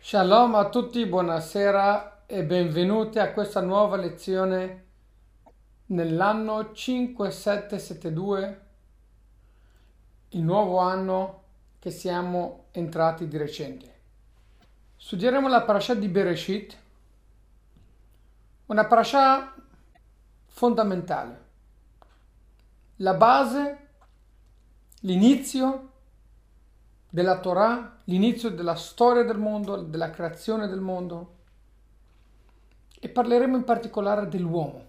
Shalom a tutti, buonasera e benvenuti a questa nuova lezione nell'anno 5772, il nuovo anno che siamo entrati di recente. Studieremo la parasha di Bereshit, una parasha fondamentale, la base, l'inizio della Torah, l'inizio della storia del mondo, della creazione del mondo, e parleremo in particolare dell'uomo,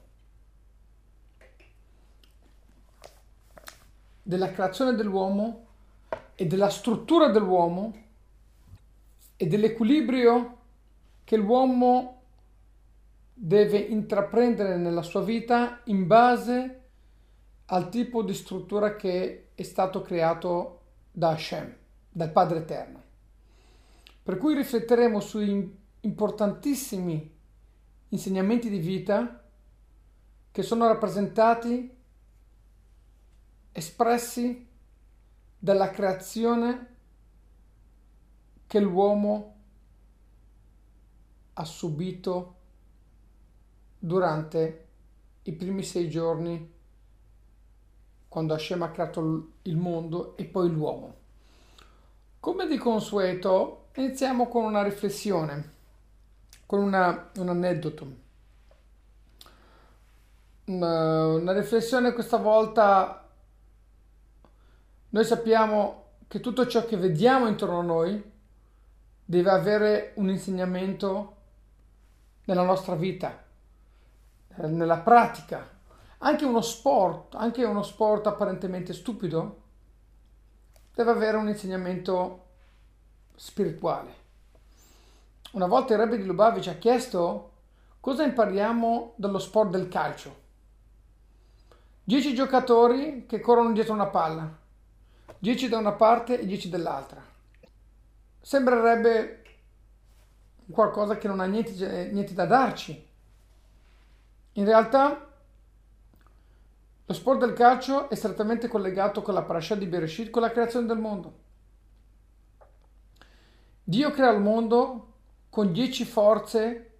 della creazione dell'uomo e della struttura dell'uomo e dell'equilibrio che l'uomo deve intraprendere nella sua vita in base al tipo di struttura che è stato creato da Hashem, dal Padre Eterno. Per cui rifletteremo sui importantissimi insegnamenti di vita che sono rappresentati, espressi dalla creazione che l'uomo ha subito durante i primi 6 giorni, quando Hashem ha creato il mondo e poi l'uomo. Come di consueto, iniziamo con una riflessione, con un aneddoto. Una riflessione questa volta. Noi sappiamo che tutto ciò che vediamo intorno a noi deve avere un insegnamento nella nostra vita, nella pratica. Anche uno sport apparentemente stupido, deve avere un insegnamento spirituale. Una volta il Rebbe di Lubavitch ha chiesto cosa impariamo dallo sport del calcio. 10 giocatori che corrono dietro una palla, 10 da una parte e 10 dall'altra. Sembrerebbe qualcosa che non ha niente da darci. In realtà lo sport del calcio è strettamente collegato con la parasha di Bereshit, con la creazione del mondo. Dio crea il mondo con 10 forze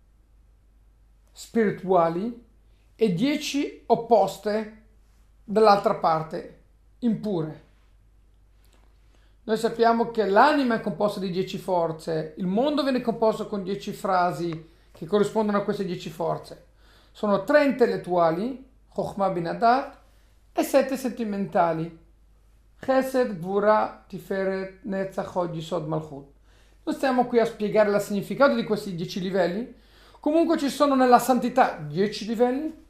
spirituali e 10 opposte dall'altra parte, impure. Noi sappiamo che l'anima è composta di 10 forze, il mondo viene composto con 10 frasi che corrispondono a queste 10 forze. Sono 3 intellettuali, Chokhmah Bina Dat, e 7 sentimentali, Chesed, Gvura, Tiferet, Netzach, Hod, Yisod, Malchut. Non stiamo qui a spiegare il significato di questi 10 livelli. Comunque ci sono nella santità 10 livelli,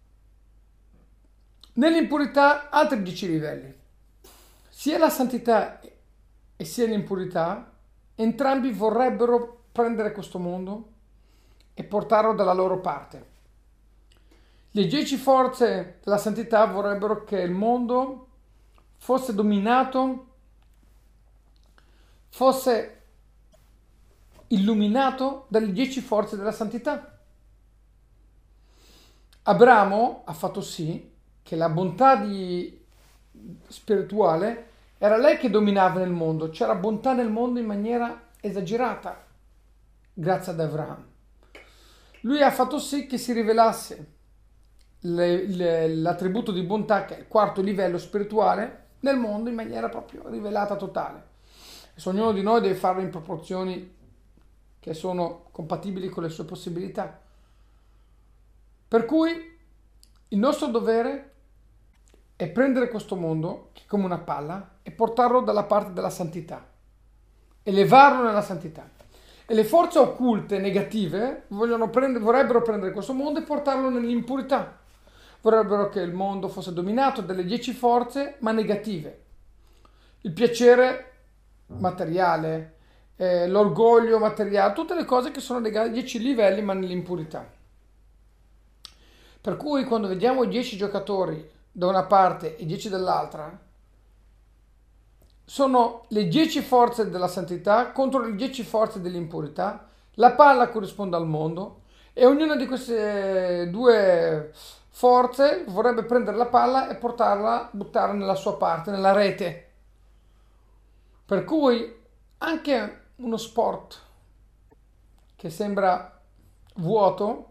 nell'impurità altri 10 livelli. Sia la santità e sia l'impurità, entrambi vorrebbero prendere questo mondo e portarlo dalla loro parte. Le 10 forze della santità vorrebbero che il mondo fosse dominato, fosse illuminato dalle 10 forze della santità. Abramo ha fatto sì che la bontà spirituale era lei che dominava nel mondo, c'era bontà nel mondo in maniera esagerata, grazie ad Abramo. Lui ha fatto sì che si rivelasse l'attributo di bontà, che è il quarto livello spirituale, nel mondo in maniera proprio rivelata totale. E se ognuno di noi deve farlo in proporzioni che sono compatibili con le sue possibilità. Per cui il nostro dovere è prendere questo mondo, che è come una palla, e portarlo dalla parte della santità, elevarlo nella santità. E le forze occulte negative vorrebbero prendere questo mondo e portarlo nell'impurità. Vorrebbero che il mondo fosse dominato dalle 10 forze, ma negative. Il piacere materiale, l'orgoglio materiale, tutte le cose che sono legate ai 10 livelli, ma nell'impurità. Per cui quando vediamo 10 giocatori da una parte e 10 dall'altra, sono le 10 forze della santità contro le 10 forze dell'impurità. La palla corrisponde al mondo e ognuna di queste due forze vorrebbe prendere la palla e buttarla nella sua parte, nella rete. Per cui anche uno sport che sembra vuoto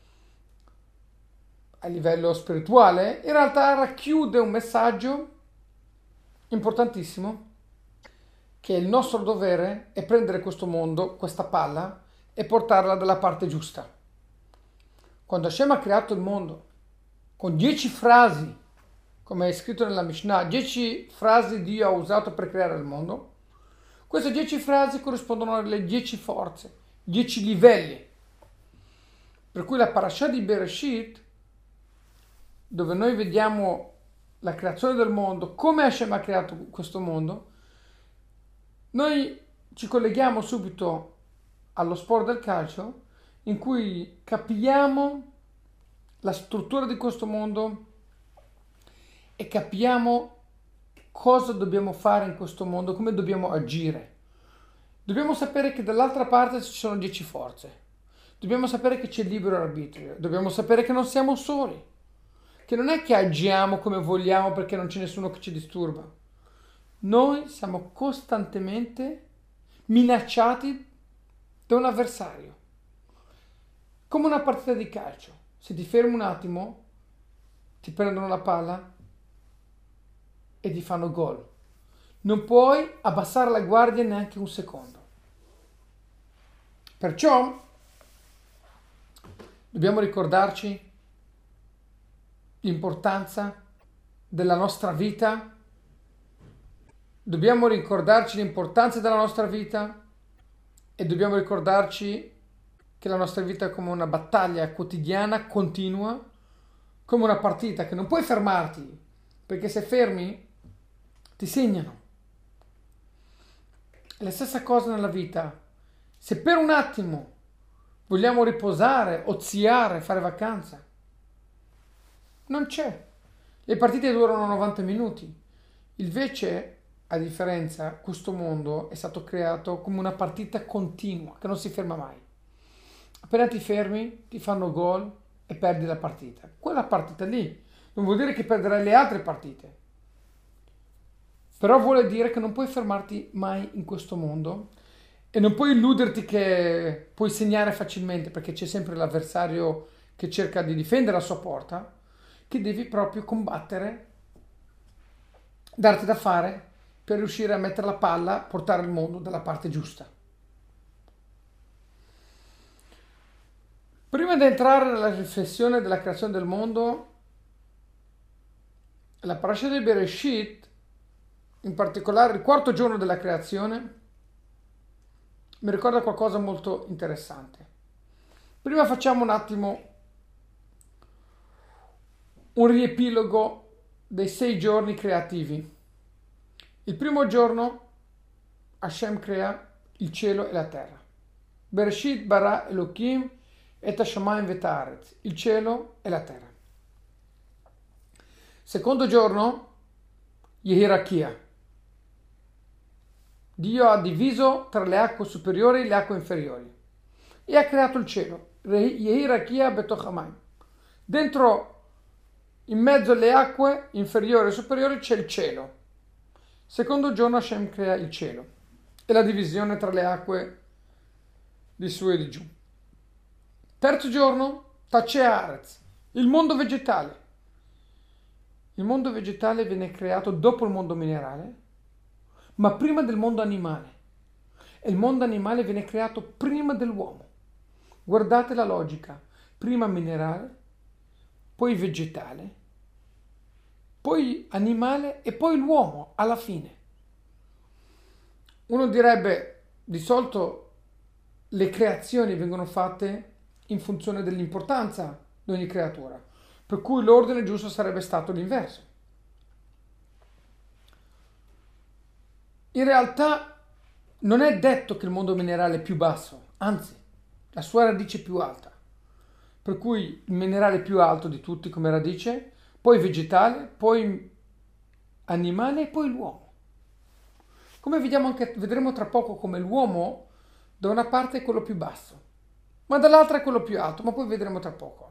a livello spirituale, in realtà racchiude un messaggio importantissimo, che il nostro dovere è prendere questo mondo, questa palla, e portarla dalla parte giusta. Quando Hashem ha creato il mondo con 10 frasi, come è scritto nella Mishnah, 10 frasi Dio ha usato per creare il mondo, queste 10 frasi corrispondono alle 10 forze, 10 livelli. Per cui la parasha di Bereshit, dove noi vediamo la creazione del mondo, come Hashem ha creato questo mondo, noi ci colleghiamo subito allo sport del calcio, in cui capiamo la struttura di questo mondo e capiamo cosa dobbiamo fare in questo mondo, come dobbiamo agire. Dobbiamo sapere che dall'altra parte ci sono 10 forze. Dobbiamo sapere che c'è il libero arbitrio. Dobbiamo sapere che non siamo soli. Che non è che agiamo come vogliamo perché non c'è nessuno che ci disturba. Noi siamo costantemente minacciati da un avversario. Come una partita di calcio. Se ti fermi un attimo, ti prendono la palla e ti fanno gol. Non puoi abbassare la guardia neanche un secondo. Perciò dobbiamo ricordarci l'importanza della nostra vita. Dobbiamo ricordarci l'importanza della nostra vita e dobbiamo ricordarci che la nostra vita è come una battaglia quotidiana, continua, come una partita che non puoi fermarti, perché se fermi ti segnano. È la stessa cosa nella vita. Se per un attimo vogliamo riposare, oziare, fare vacanza, non c'è. Le partite durano 90 minuti. Invece, a differenza, questo mondo è stato creato come una partita continua, che non si ferma mai. Appena ti fermi, ti fanno gol e perdi la partita. Quella partita lì non vuol dire che perderai le altre partite. Però vuole dire che non puoi fermarti mai in questo mondo e non puoi illuderti che puoi segnare facilmente, perché c'è sempre l'avversario che cerca di difendere la sua porta, che devi proprio combattere, darti da fare per riuscire a mettere la palla, portare il mondo dalla parte giusta. Prima di entrare nella riflessione della creazione del mondo, la parasha di Bereshit, in particolare il quarto giorno della creazione, mi ricorda qualcosa molto interessante. Prima facciamo un attimo un riepilogo dei 6 giorni creativi. Il primo giorno Hashem crea il cielo e la terra. Bereshit bara Elohim et hashamayim vet haaretz, il cielo e la terra. Secondo giorno Yehirakia. Dio ha diviso tra le acque superiori e le acque inferiori e ha creato il cielo. Yehirakia betoch hamayim. Dentro, in mezzo alle acque inferiori e superiori, c'è il cielo. Secondo giorno Hashem crea il cielo e la divisione tra le acque di su e di giù. Terzo giorno, Tache Haaretz, il mondo vegetale. Il mondo vegetale viene creato dopo il mondo minerale, ma prima del mondo animale. E il mondo animale viene creato prima dell'uomo. Guardate la logica. Prima minerale, poi vegetale, poi animale e poi l'uomo alla fine. Uno direbbe, di solito le creazioni vengono fatte in funzione dell'importanza di ogni creatura, per cui l'ordine giusto sarebbe stato l'inverso. In realtà non è detto che il mondo minerale è più basso, anzi, la sua radice è più alta. Per cui il minerale più alto di tutti come radice, poi vegetale, poi animale e poi l'uomo. Come vedremo tra poco come l'uomo da una parte è quello più basso, ma dall'altra è quello più alto, ma poi vedremo tra poco.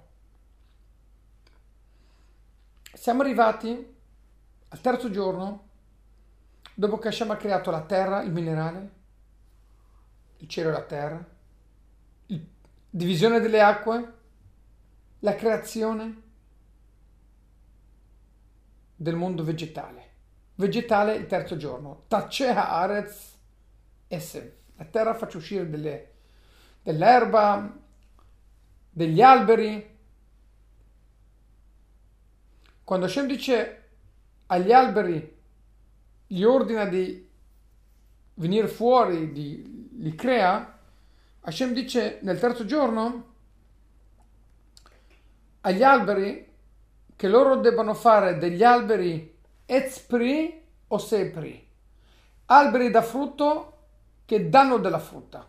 Siamo arrivati al terzo giorno, dopo che Hashem ha creato la terra, il minerale, il cielo e la terra, il divisione delle acque, la creazione del mondo vegetale. Vegetale il terzo giorno. Tacea Arez Esev. La terra faccia uscire dell'erba, degli alberi. Quando Hashem dice agli alberi, gli ordina di venire fuori, li crea, Hashem dice nel terzo giorno agli alberi che loro debbano fare degli alberi etzpri o sepri, alberi da frutto che danno della frutta.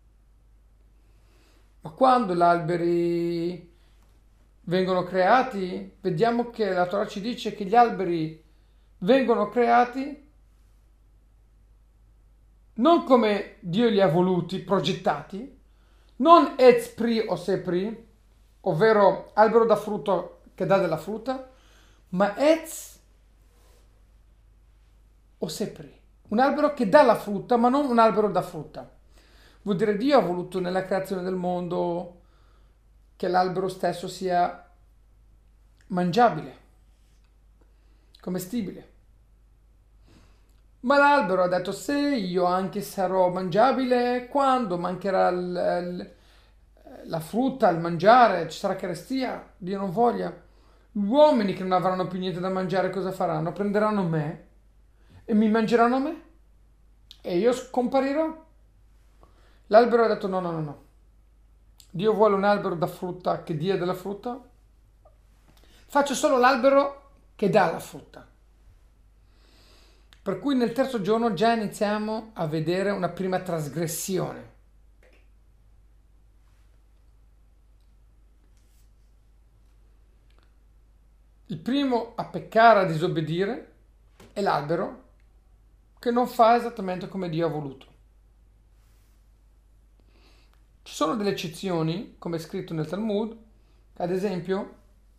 Ma quando gli alberi vengono creati, vediamo che la Torah ci dice che gli alberi vengono creati non come Dio li ha voluti, progettati, non etzpri o sepri, ovvero albero da frutto che dà della frutta, ma etz o sepri, un albero che dà la frutta, ma non un albero da frutta. Vuol dire Dio ha voluto nella creazione del mondo che l'albero stesso sia mangiabile, commestibile. Ma l'albero ha detto: se io anche sarò mangiabile, quando mancherà la frutta, il mangiare, ci sarà carestia, Dio non voglia. Gli uomini che non avranno più niente da mangiare cosa faranno? Prenderanno me e mi mangeranno me e io scomparirò. L'albero ha detto: no. Dio vuole un albero da frutta che dia della frutta. Faccio solo l'albero che dà la frutta. Per cui nel terzo giorno già iniziamo a vedere una prima trasgressione. Il primo a peccare, a disobbedire, è l'albero che non fa esattamente come Dio ha voluto. Ci sono delle eccezioni, come è scritto nel Talmud, ad esempio,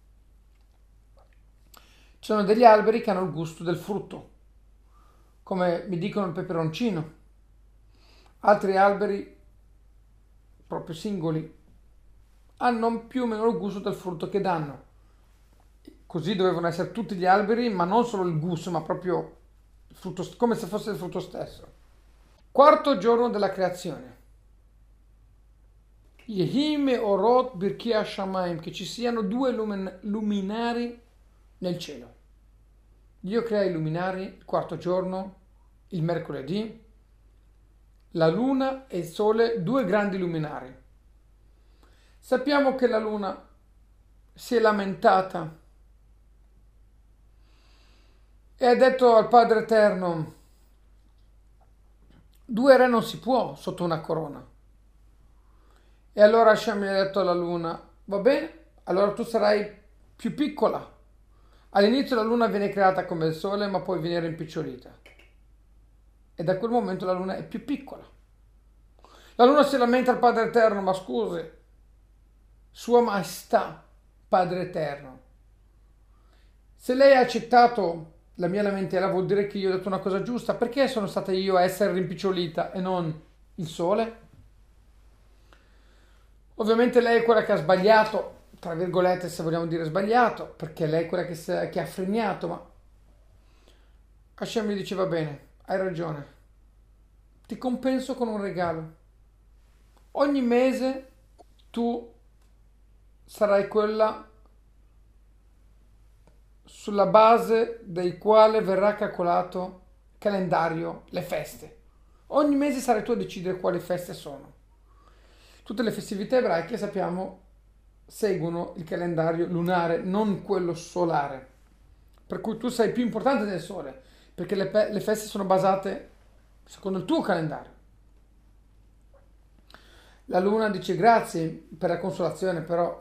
ci sono degli alberi che hanno il gusto del frutto, come mi dicono il peperoncino. Altri alberi, proprio singoli, hanno più o meno il gusto del frutto che danno. Così dovevano essere tutti gli alberi, ma non solo il gusto, ma proprio il frutto, come se fosse il frutto stesso. Quarto giorno della creazione. Yehime orot birkia shamayim, che ci siano due luminari nel cielo. Dio crea i luminari il quarto giorno, il mercoledì, la luna e il sole, due grandi luminari. Sappiamo che la luna si è lamentata e ha detto al Padre Eterno: due re non si può sotto una corona. E allora Hashem gli ha detto alla luna: va bene, allora tu sarai più piccola. All'inizio la luna viene creata come il sole, ma poi viene rimpicciolita. E da quel momento la luna è più piccola. La luna si lamenta al Padre Eterno: ma scusi, Sua Maestà, Padre Eterno, se lei ha accettato la mia lamentela, vuol dire che io ho detto una cosa giusta. Perché sono stata io a essere rimpicciolita e non il sole? Ovviamente lei è quella che ha sbagliato, tra virgolette, se vogliamo dire sbagliato, perché lei è quella che ha fregnato, ma Hashem mi dice: va bene, hai ragione, ti compenso con un regalo. Ogni mese tu sarai quella sulla base del quale verrà calcolato il calendario, le feste. Ogni mese sarai tu a decidere quali feste sono. Tutte le festività ebraiche, sappiamo, seguono il calendario lunare, non quello solare. Per cui tu sei più importante del sole, perché le feste sono basate secondo il tuo calendario. La luna dice: grazie per la consolazione, però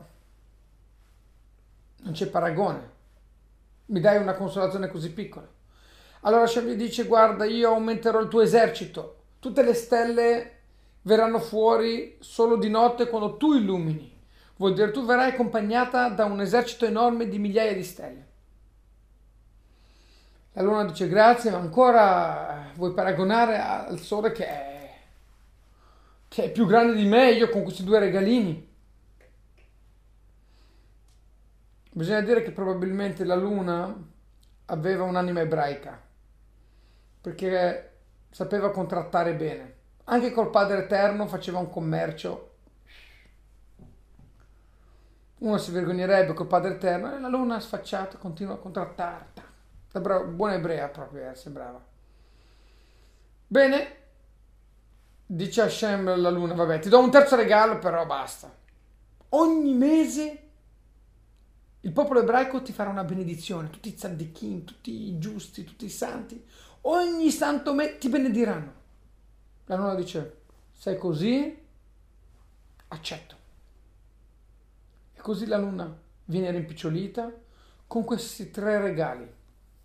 non c'è paragone. Mi dai una consolazione così piccola. Allora Hashem gli dice: guarda, io aumenterò il tuo esercito. Tutte le stelle verranno fuori solo di notte quando tu illumini. Vuol dire tu verrai accompagnata da un esercito enorme di migliaia di stelle. La luna dice: grazie, ma ancora vuoi paragonare al sole che è più grande di me, io con questi due regalini? Bisogna dire che probabilmente la luna aveva un'anima ebraica, perché sapeva contrattare bene. Anche col Padre Eterno faceva un commercio. Uno si vergognerebbe col Padre Eterno e la luna è sfacciata, continua a contrattare. Buona ebrea proprio, sembrava. Bene, dice Hashem alla luna, vabbè, ti do un terzo regalo, però basta. Ogni mese il popolo ebraico ti farà una benedizione, tutti i tzaddikim, tutti i giusti, tutti i santi, ogni santo mese ti benediranno. La luna dice, sei così, accetto. E così la luna viene rimpicciolita con questi 3 regali.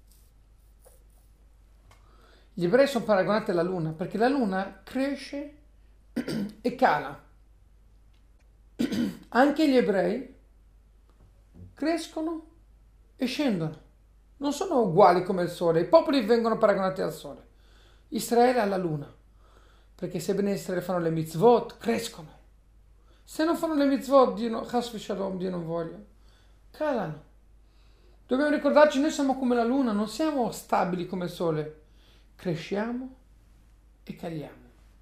Gli ebrei sono paragonati alla luna perché la luna cresce e cala. Anche gli ebrei crescono e scendono. Non sono uguali come il sole. I popoli vengono paragonati al sole. Israele alla luna. Perché se bene Israele fanno le mitzvot, crescono. Se non fanno le mitzvot, Chas v'Shalom, Dio non voglia, calano. Dobbiamo ricordarci, noi siamo come la luna, non siamo stabili come il sole. Cresciamo e caliamo.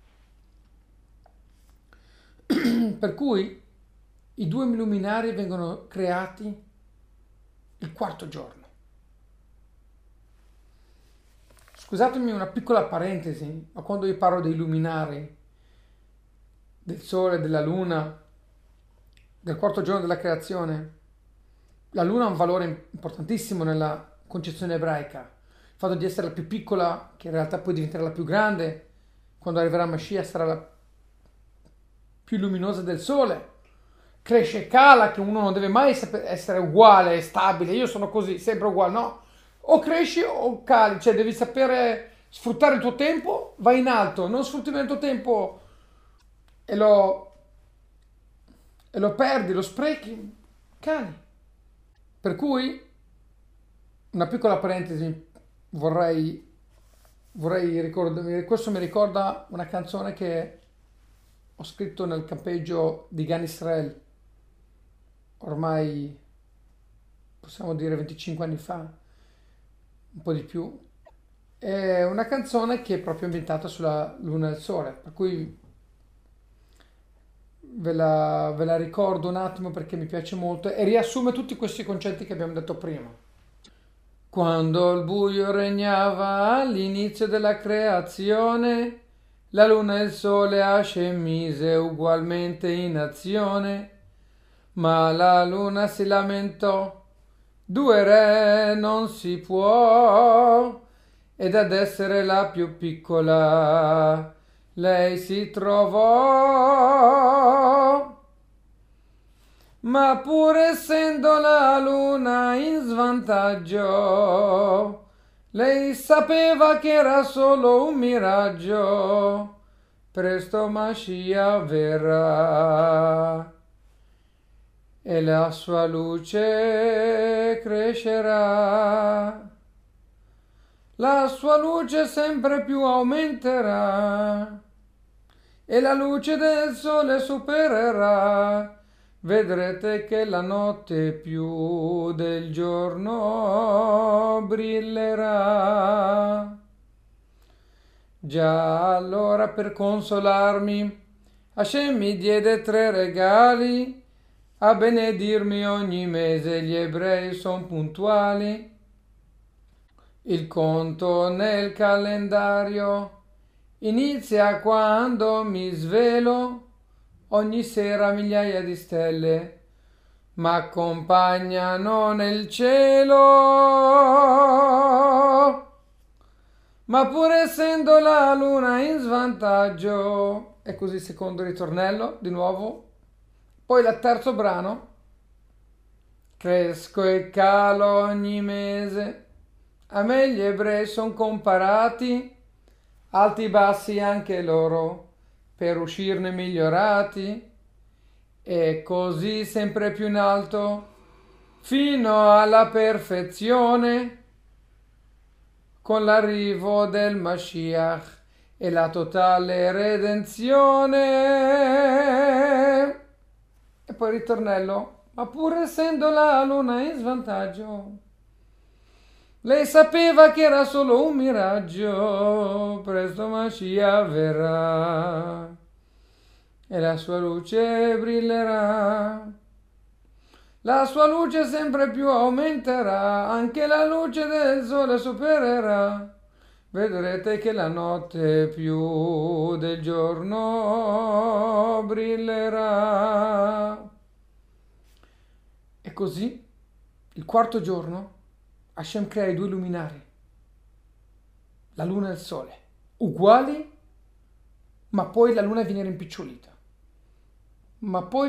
Per cui i 2 luminari vengono creati il 4° giorno. Scusatemi una piccola parentesi, ma quando io parlo dei luminari, del sole, della luna, del 4° giorno della creazione, la luna ha un valore importantissimo nella concezione ebraica. Il fatto di essere la più piccola, che in realtà poi diventerà la più grande, quando arriverà Mashiach sarà la più luminosa del sole. Cresce e cala, che uno non deve mai essere uguale, stabile, io sono così, sempre uguale, no? O cresci o cali, cioè devi sapere sfruttare il tuo tempo, vai in alto, non sfrutti il tuo tempo e lo perdi, lo sprechi, cali. Per cui, una piccola parentesi, vorrei ricordare, questo mi ricorda una canzone che ho scritto nel campeggio di Gan Israel, ormai possiamo dire 25 anni fa, un po' di più. È una canzone che è proprio ambientata sulla luna e il sole, per cui ve la ricordo un attimo perché mi piace molto e riassume tutti questi concetti che abbiamo detto prima. Quando il buio regnava all'inizio della creazione, la luna e il sole Hashem mise ugualmente in azione, ma la luna si lamentò, 2 re non si può, ed ad essere la più piccola lei si trovò. Ma pur essendo la luna in svantaggio, lei sapeva che era solo un miraggio, presto Mashiach verrà e la sua luce crescerà. La sua luce sempre più aumenterà e la luce del sole supererà. Vedrete che la notte più del giorno brillerà. Già allora per consolarmi Hashem mi diede 3 regali, a benedirmi ogni mese gli ebrei son puntuali. Il conto nel calendario inizia quando mi svelo, ogni sera migliaia di stelle m'accompagnano nel cielo. Ma pur essendo la luna in svantaggio, e così secondo ritornello di nuovo. Poi il terzo brano, cresco e calo ogni mese, a me gli ebrei son comparati, alti e bassi anche loro, per uscirne migliorati, e così sempre più in alto, fino alla perfezione, con l'arrivo del Mashiach e la totale redenzione. E poi il ritornello ma pur essendo la luna in svantaggio, lei sapeva che era solo un miraggio, presto Mashiach verrà e la sua luce brillerà. La sua luce sempre più aumenterà, anche la luce del sole supererà. Vedrete che la notte più del giorno brillerà. E così, il quarto giorno, Hashem crea i due luminari, la luna e il sole, uguali, ma poi la luna viene rimpicciolita. Ma poi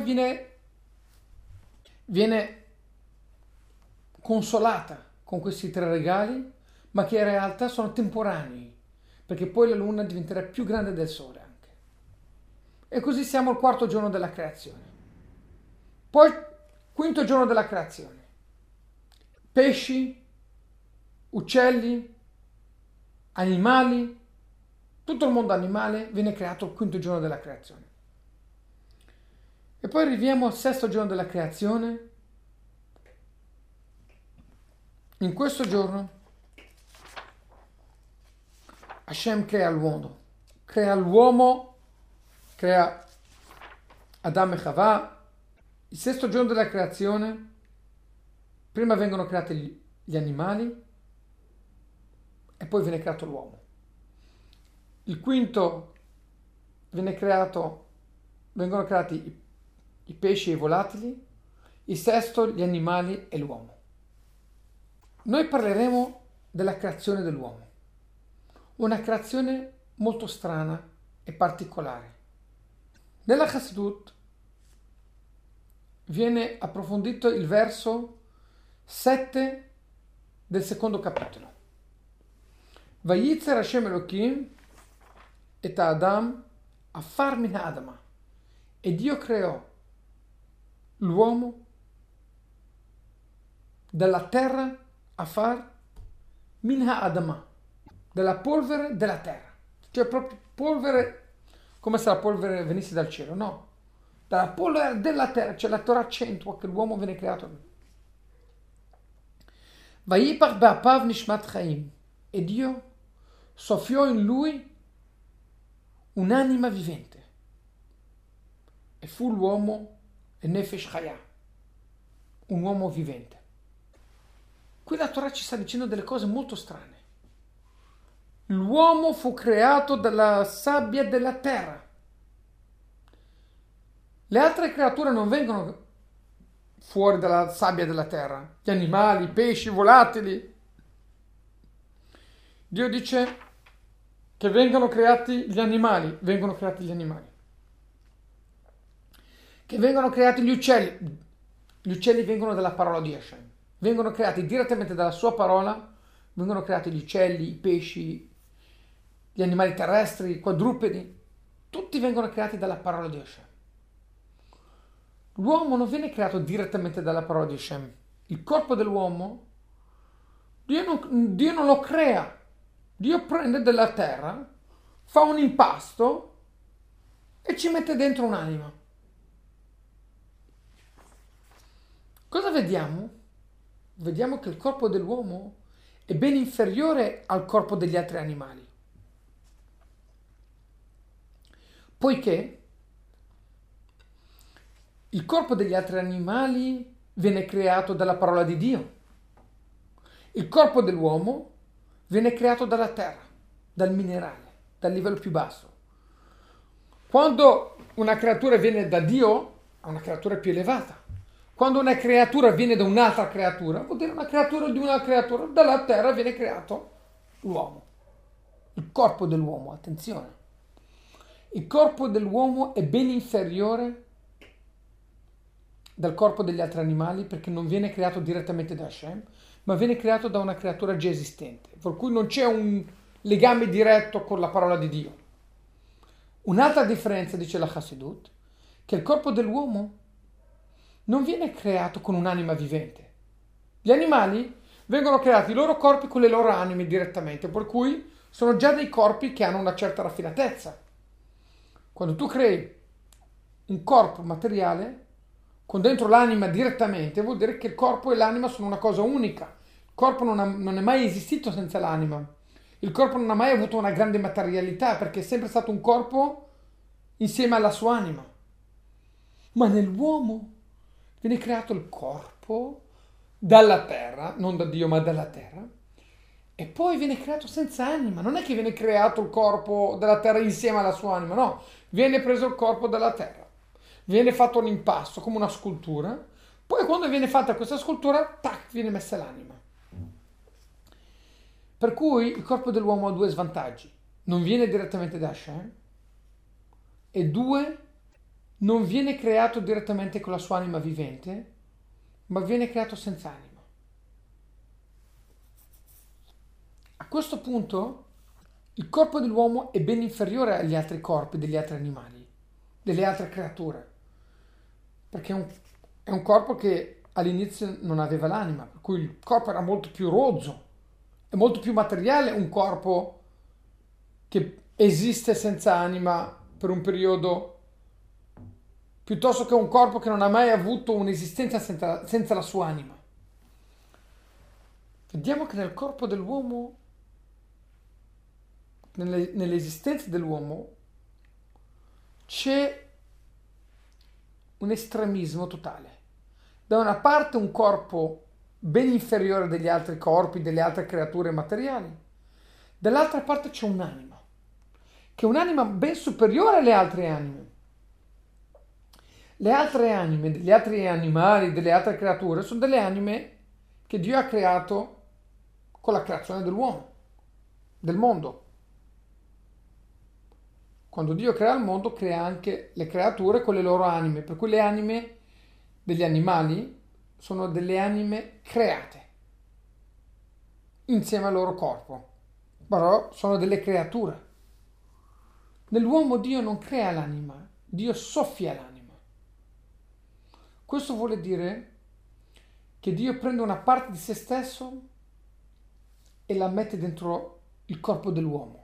viene consolata con questi tre regali, ma che in realtà sono temporanei, perché poi la luna diventerà più grande del sole anche. E così siamo al quarto giorno della creazione. Poi, quinto giorno della creazione. Pesci, uccelli, animali, tutto il mondo animale viene creato il quinto giorno della creazione. E poi arriviamo al sesto giorno della creazione. In questo giorno Hashem crea l'uomo, crea Adam e Chava. Il sesto giorno della creazione, prima vengono creati gli animali e poi viene creato l'uomo. Il quinto vengono creati i pesci e i volatili, il sesto gli animali e l'uomo. Noi parleremo della creazione dell'uomo, una creazione molto strana e particolare. Nella Chassidut viene approfondito il verso 7 del secondo capitolo. Vayitzer Hashem Elohim et Adam afar min ha'adama. E Dio creò l'uomo dalla terra, afar min ha'adama, dalla polvere della terra. Cioè proprio polvere, come se la polvere venisse dal cielo, no. Dalla polvere della terra, cioè la Torah accentua che l'uomo viene creato. Vayipach be'apav nishmat chaim. E Dio soffiò in lui un'anima vivente. E fu l'uomo e Nefesh Chaya, un uomo vivente. Qui la Torah ci sta dicendo delle cose molto strane. L'uomo fu creato dalla sabbia della terra. Le altre creature non vengono fuori dalla sabbia della terra. Gli animali, i pesci, i volatili. Dio dice che vengono creati gli animali. Che vengono creati gli uccelli. Gli uccelli vengono dalla parola di Hashem. Vengono creati direttamente dalla sua parola. Vengono creati gli uccelli, i pesci, gli animali terrestri, i quadrupedi. Tutti vengono creati dalla parola di Hashem. L'uomo non viene creato direttamente dalla parola di Hashem. Il corpo dell'uomo, Dio non lo crea. Dio prende della terra, fa un impasto e ci mette dentro un'anima. Cosa vediamo? Vediamo che il corpo dell'uomo è ben inferiore al corpo degli altri animali. Poiché il corpo degli altri animali viene creato dalla parola di Dio. Il corpo dell'uomo viene creato dalla terra, dal minerale, dal livello più basso. Quando una creatura viene da Dio, è una creatura più elevata. Quando una creatura viene da un'altra creatura, vuol dire una creatura di una creatura, dalla terra viene creato l'uomo. Il corpo dell'uomo, attenzione. Il corpo dell'uomo è ben inferiore dal corpo degli altri animali perché non viene creato direttamente da Hashem, ma viene creato da una creatura già esistente, per cui non c'è un legame diretto con la parola di Dio. Un'altra differenza, dice la Chassidut, che il corpo dell'uomo non viene creato con un'anima vivente. Gli animali vengono creati i loro corpi con le loro anime direttamente, per cui sono già dei corpi che hanno una certa raffinatezza. Quando tu crei un corpo materiale, con dentro l'anima direttamente, vuol dire che il corpo e l'anima sono una cosa unica. Il corpo non è mai esistito senza l'anima. Il corpo non ha mai avuto una grande materialità perché è sempre stato un corpo insieme alla sua anima. Ma nell'uomo viene creato il corpo dalla terra, non da Dio ma dalla terra, e poi viene creato senza anima. Non è che viene creato il corpo dalla terra insieme alla sua anima, no. Viene preso il corpo dalla terra. Viene fatto un impasto, come una scultura. Poi quando viene fatta questa scultura, tac, viene messa l'anima. Per cui il corpo dell'uomo ha due svantaggi. Non viene direttamente da Hashem. E due, non viene creato direttamente con la sua anima vivente, ma viene creato senza anima. A questo punto, il corpo dell'uomo è ben inferiore agli altri corpi degli altri animali, delle altre creature. Perché è un corpo che all'inizio non aveva l'anima, per cui il corpo era molto più rozzo, è molto più materiale un corpo che esiste senza anima per un periodo, piuttosto che un corpo che non ha mai avuto un'esistenza senza la sua anima. Vediamo che nel corpo dell'uomo, nell'esistenza dell'uomo, c'è un estremismo totale. Da una parte un corpo ben inferiore degli altri corpi, delle altre creature materiali, dall'altra parte c'è un'anima, che è un'anima ben superiore alle altre anime. Le altre anime degli altri animali, delle altre creature, sono delle anime che Dio ha creato con la creazione dell'uomo, del mondo. Quando Dio crea il mondo, crea anche le creature con le loro anime, per cui le anime degli animali sono delle anime create insieme al loro corpo, però sono delle creature. Nell'uomo Dio non crea l'anima, Dio soffia l'anima. Questo vuole dire che Dio prende una parte di se stesso e la mette dentro il corpo dell'uomo.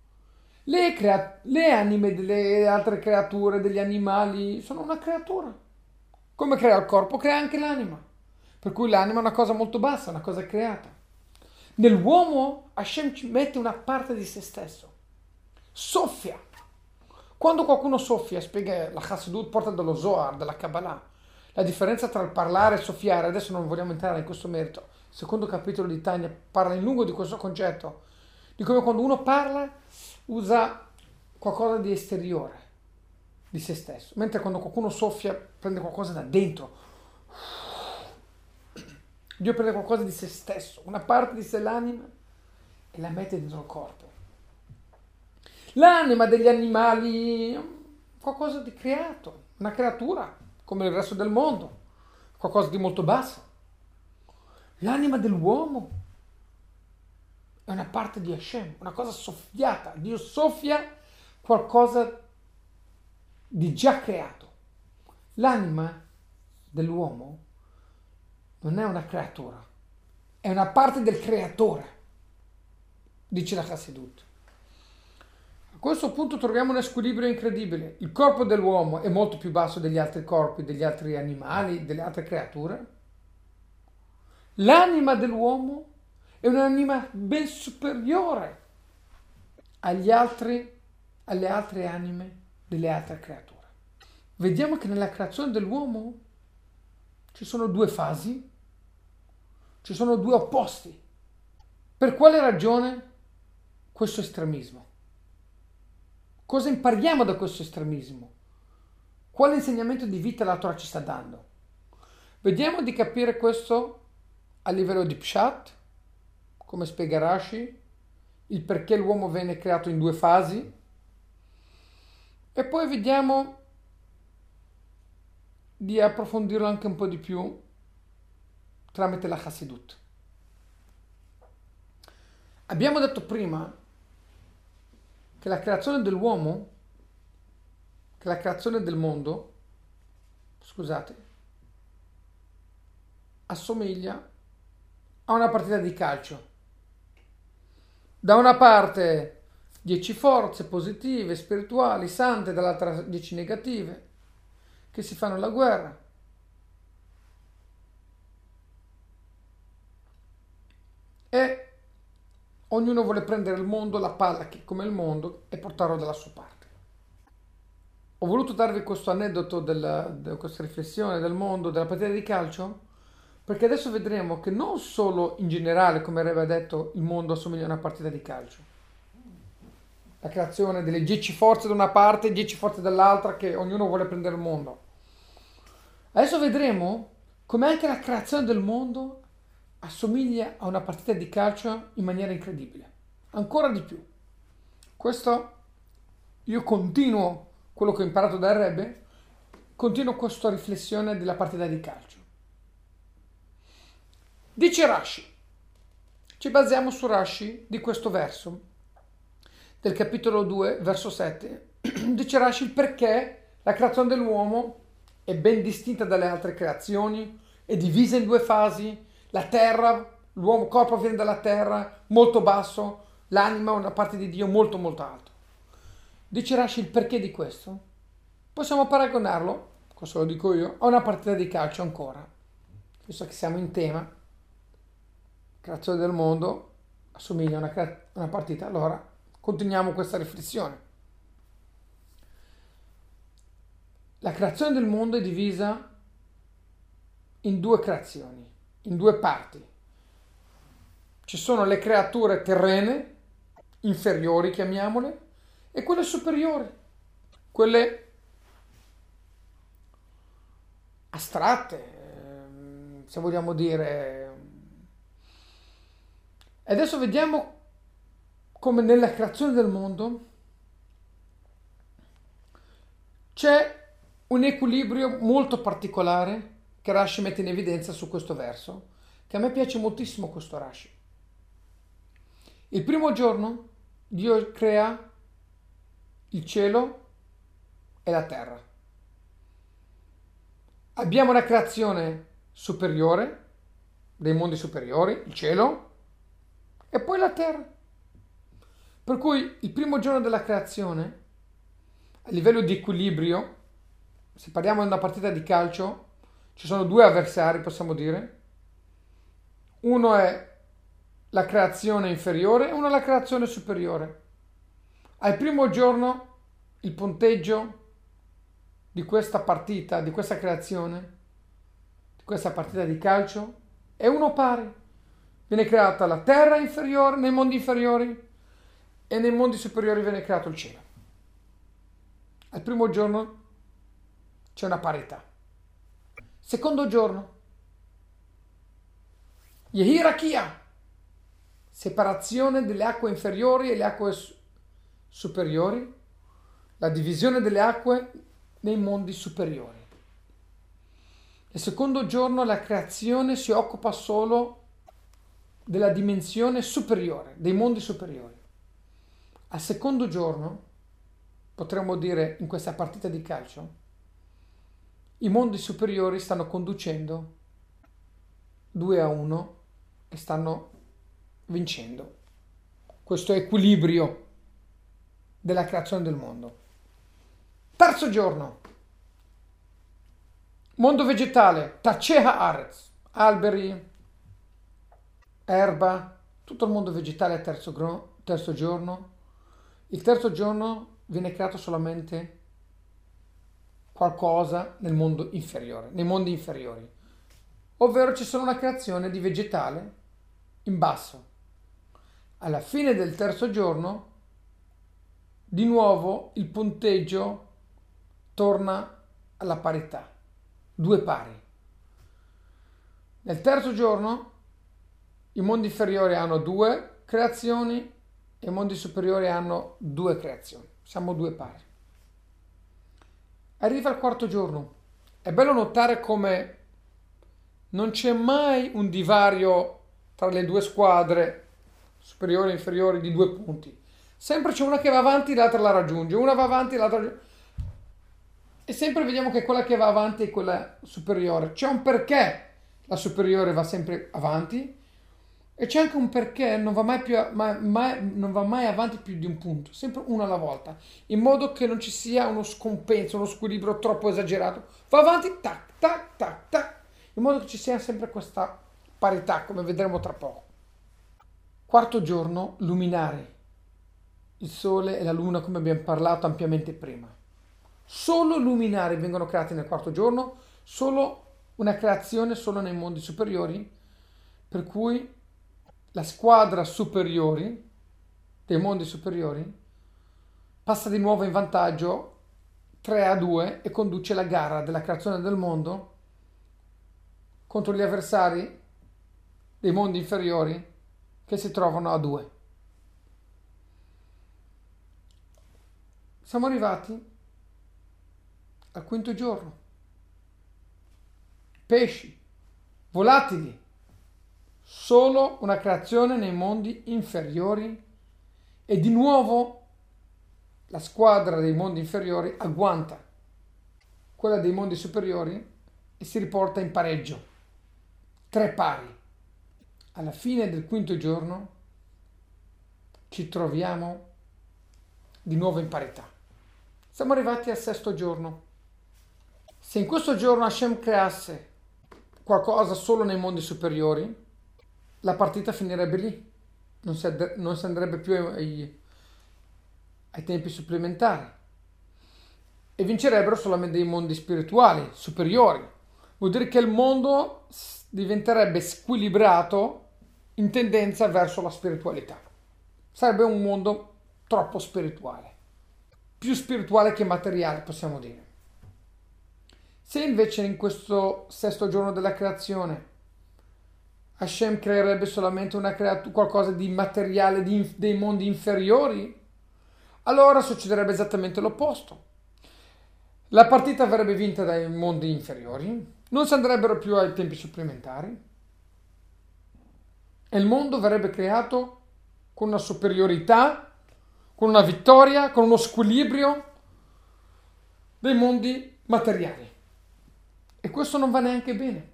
Le anime delle altre creature, degli animali, sono una creatura. Come crea il corpo, crea anche l'anima. Per cui l'anima è una cosa molto bassa, una cosa creata. Nell'uomo Hashem ci mette una parte di se stesso. Soffia. Quando qualcuno soffia, spiega la Chassidut, porta dallo Zohar, dalla Kabbalah, la differenza tra il parlare e soffiare. Adesso non vogliamo entrare in questo merito. Il secondo capitolo di Tanya parla in lungo di questo concetto, di come quando uno parla usa qualcosa di esteriore di se stesso, mentre quando qualcuno soffia prende qualcosa da dentro. Dio prende qualcosa di se stesso, una parte di sé, l'anima, e la mette dentro il corpo. L'anima degli animali è qualcosa di creato, una creatura come il resto del mondo, qualcosa di molto basso. L'anima dell'uomo è una parte di Hashem, una cosa soffiata. Dio soffia qualcosa di già creato. L'anima dell'uomo non è una creatura, è una parte del creatore, dice la Chassidut. A questo punto troviamo un squilibrio incredibile. Il corpo dell'uomo è molto più basso degli altri corpi, degli altri animali, delle altre creature. L'anima dell'uomo è un'anima ben superiore alle altre anime delle altre creature. Vediamo che nella creazione dell'uomo ci sono due fasi, ci sono due opposti. Per quale ragione questo estremismo? Cosa impariamo da questo estremismo? Quale insegnamento di vita la Torah ci sta dando? Vediamo di capire questo a livello di Pshat, come spiega Rashi, il perché l'uomo venne creato in due fasi, e poi vediamo di approfondirlo anche un po' di più tramite la Chassidut. Abbiamo detto prima che la creazione dell'uomo, che la creazione del mondo, assomiglia a una partita di calcio. Da una parte 10 forze positive, spirituali, sante, dall'altra 10 negative, che si fanno la guerra. ognuno vuole prendere il mondo, la palla che come il mondo, e portarlo dalla sua parte. Ho voluto darvi questo aneddoto di questa riflessione del mondo, della partita di calcio, perché adesso vedremo che non solo in generale, come aveva detto, il mondo assomiglia a una partita di calcio. La creazione delle 10 forze da una parte e 10 forze dall'altra, che ognuno vuole prendere il mondo. Adesso vedremo come anche la creazione del mondo assomiglia a una partita di calcio in maniera incredibile. Ancora di più. Questo io continuo quello che ho imparato dal Rebbe, continuo questa riflessione della partita di calcio. Dice Rashi, ci basiamo su Rashi di questo verso, del capitolo 2, verso 7. Dice Rashi il perché la creazione dell'uomo è ben distinta dalle altre creazioni, è divisa in due fasi, la terra, l'uomo corpo viene dalla terra, molto basso, l'anima è una parte di Dio molto molto alto. Dice Rashi il perché di questo. Possiamo paragonarlo, questo lo dico io, a una partita di calcio ancora. Visto che siamo in tema, creazione del mondo assomiglia a una partita, allora continuiamo questa riflessione. La creazione del mondo è divisa in due creazioni, in due parti. Ci sono le creature terrene, inferiori chiamiamole, e quelle superiori, quelle astratte, se vogliamo dire. E adesso vediamo come nella creazione del mondo c'è un equilibrio molto particolare che Rashi mette in evidenza su questo verso, che a me piace moltissimo questo Rashi. Il primo giorno Dio crea il cielo e la terra. Abbiamo una creazione superiore, dei mondi superiori, il cielo, e poi la terra. Per cui il primo giorno della creazione, a livello di equilibrio, se parliamo di una partita di calcio, ci sono due avversari, possiamo dire. Uno è la creazione inferiore e uno è la creazione superiore. Al primo giorno il punteggio di questa partita, di questa creazione, di questa partita di calcio è uno pari. Viene creata la terra inferiore nei mondi inferiori e nei mondi superiori viene creato il cielo. Al primo giorno c'è una parità. Secondo giorno, Yehirakia, separazione delle acque inferiori e le acque superiori, la divisione delle acque nei mondi superiori. Il secondo giorno la creazione si occupa solo della dimensione superiore, dei mondi superiori. Al secondo giorno, potremmo dire in questa partita di calcio, i mondi superiori stanno conducendo 2-1 e stanno vincendo questo equilibrio della creazione del mondo. Terzo giorno, mondo vegetale, Tacheha Arez, alberi, erba, tutto il mondo vegetale al terzo giorno. Il terzo giorno viene creato solamente qualcosa nel mondo inferiore, nei mondi inferiori, ovvero ci sono una creazione di vegetale in basso. Alla fine del terzo giorno, di nuovo il punteggio torna alla parità, due pari. Nel terzo giorno i mondi inferiori hanno due creazioni e i mondi superiori hanno due creazioni. Siamo due pari. Arriva il quarto giorno. È bello notare come non c'è mai un divario tra le due squadre, superiori e inferiori, di 2 punti. Sempre c'è una che va avanti e l'altra la raggiunge. Una va avanti e l'altra raggiunge. E sempre vediamo che quella che va avanti è quella superiore. C'è un perché la superiore va sempre avanti e c'è anche un perché non va mai avanti più di un punto, sempre uno alla volta, in modo che non ci sia uno scompenso, uno squilibrio troppo esagerato. Va avanti, tac, tac, tac, tac, in modo che ci sia sempre questa parità, come vedremo tra poco. Quarto giorno, luminari, il sole e la luna come abbiamo parlato ampiamente prima. Solo luminari vengono creati nel quarto giorno, solo una creazione solo nei mondi superiori, per cui la squadra superiori, dei mondi superiori, passa di nuovo in vantaggio 3-2 e conduce la gara della creazione del mondo contro gli avversari dei mondi inferiori che si trovano a 2. Siamo arrivati al quinto giorno. Pesci, volatili, solo una creazione nei mondi inferiori e di nuovo la squadra dei mondi inferiori agguanta quella dei mondi superiori e si riporta in pareggio. 3 pari. Alla fine del quinto giorno ci troviamo di nuovo in parità. Siamo arrivati al sesto giorno. Se in questo giorno Hashem creasse qualcosa solo nei mondi superiori, la partita finirebbe lì. Non si andrebbe più ai tempi supplementari. E vincerebbero solamente dei mondi spirituali superiori. Vuol dire che il mondo diventerebbe squilibrato in tendenza verso la spiritualità. Sarebbe un mondo troppo spirituale, più spirituale che materiale, possiamo dire. Se invece in questo sesto giorno della creazione Hashem creerebbe solamente qualcosa di materiale dei mondi inferiori, allora succederebbe esattamente l'opposto. La partita verrebbe vinta dai mondi inferiori, non si andrebbero più ai tempi supplementari e il mondo verrebbe creato con una superiorità, con una vittoria, con uno squilibrio dei mondi materiali. E questo non va neanche bene,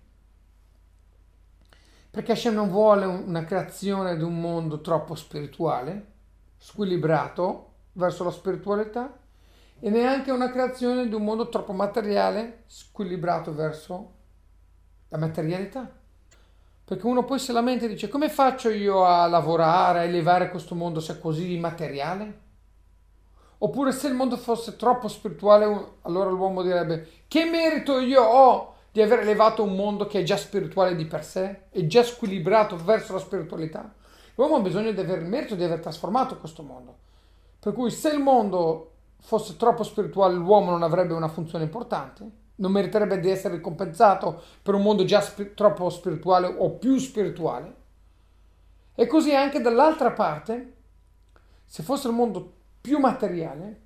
perché Hashem non vuole una creazione di un mondo troppo spirituale, squilibrato verso la spiritualità, e neanche una creazione di un mondo troppo materiale, squilibrato verso la materialità. Perché uno poi si lamenta e dice: come faccio io a lavorare, a elevare questo mondo se è così materiale? Oppure se il mondo fosse troppo spirituale, allora l'uomo direbbe: che merito io ho di aver elevato un mondo che è già spirituale di per sé, è già squilibrato verso la spiritualità? L'uomo ha bisogno di avere il merito di aver trasformato questo mondo. Per cui se il mondo fosse troppo spirituale, l'uomo non avrebbe una funzione importante, non meriterebbe di essere ricompensato per un mondo già troppo spirituale o più spirituale. E così anche dall'altra parte, se fosse il mondo più materiale,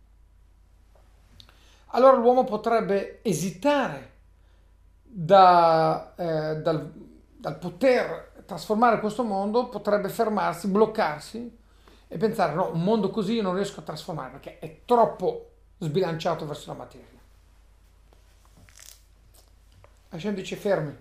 allora l'uomo potrebbe esitare dal poter trasformare questo mondo, potrebbe fermarsi, bloccarsi e pensare: no, un mondo così io non riesco a trasformare perché è troppo sbilanciato verso la materia. Hashem dice: fermi,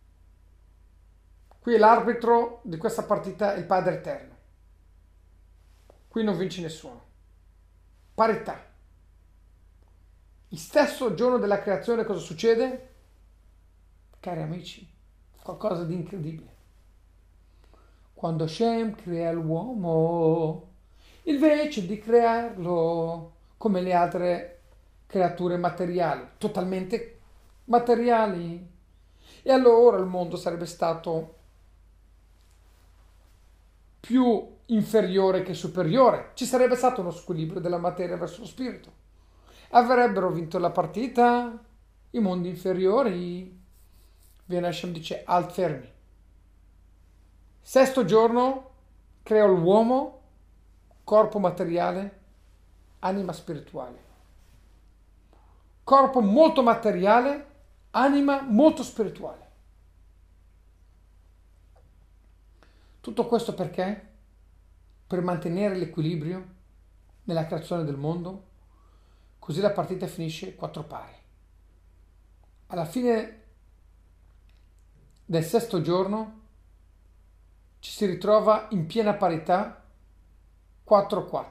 qui l'arbitro di questa partita è il Padre Eterno, qui non vince nessuno, parità. Il stesso giorno della creazione cosa succede? Cari amici, qualcosa di incredibile. Quando Hashem crea l'uomo, invece di crearlo come le altre creature materiali, totalmente materiali, e allora il mondo sarebbe stato più inferiore che superiore. Ci sarebbe stato uno squilibrio della materia verso lo spirito. Avrebbero vinto la partita i mondi inferiori. Viene Hashem e dice: alt, fermi. Sesto giorno creo l'uomo, corpo materiale, anima spirituale. Corpo molto materiale, anima molto spirituale. Tutto questo perché? Per mantenere l'equilibrio nella creazione del mondo, così la partita finisce 4 pari. Alla fine del sesto giorno ci si ritrova in piena parità 4-4.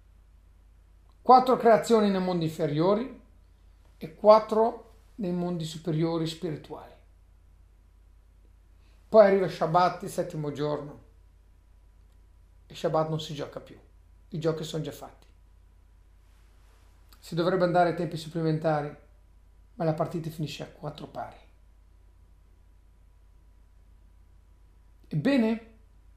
4 creazioni nei mondi inferiori e 4 nei mondi superiori spirituali. Poi arriva Shabbat, il settimo giorno, e Shabbat non si gioca più. I giochi sono già fatti. Si dovrebbe andare ai tempi supplementari, ma la partita finisce a 4 pari. Ebbene,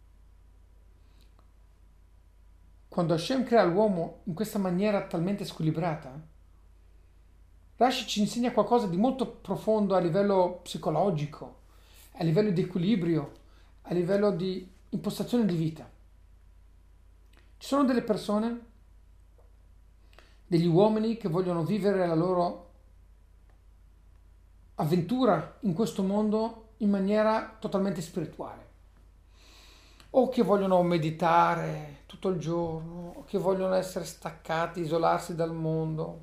quando Hashem crea l'uomo in questa maniera talmente squilibrata, Rashi ci insegna qualcosa di molto profondo a livello psicologico, a livello di equilibrio, a livello di impostazione di vita. Ci sono delle persone, degli uomini che vogliono vivere la loro avventura in questo mondo in maniera totalmente spirituale, o che vogliono meditare tutto il giorno, o che vogliono essere staccati, isolarsi dal mondo,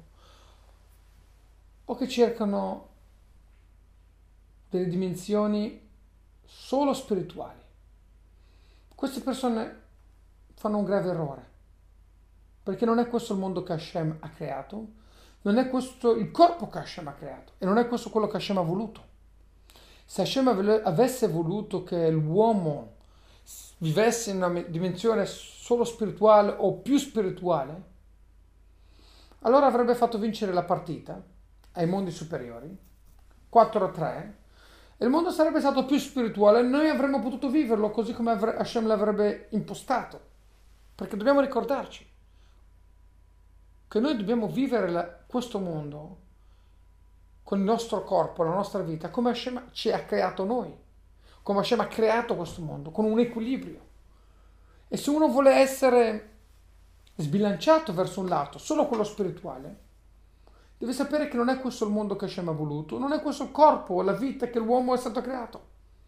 o che cercano delle dimensioni solo spirituali. Queste persone fanno un grave errore, perché non è questo il mondo che Hashem ha creato, non è questo il corpo che Hashem ha creato, e non è questo quello che Hashem ha voluto. Se Hashem avesse voluto che l'uomo vivesse in una dimensione solo spirituale o più spirituale, allora avrebbe fatto vincere la partita ai mondi superiori 4-3, e il mondo sarebbe stato più spirituale e noi avremmo potuto viverlo così come Hashem l'avrebbe impostato. Perché dobbiamo ricordarci che noi dobbiamo vivere questo mondo con il nostro corpo, la nostra vita, come Hashem ci ha creato noi, come Hashem ha creato questo mondo, con un equilibrio. E se uno vuole essere sbilanciato verso un lato, solo quello spirituale, deve sapere che non è questo il mondo che Hashem ha voluto, non è questo il corpo, la vita che l'uomo è stato creato.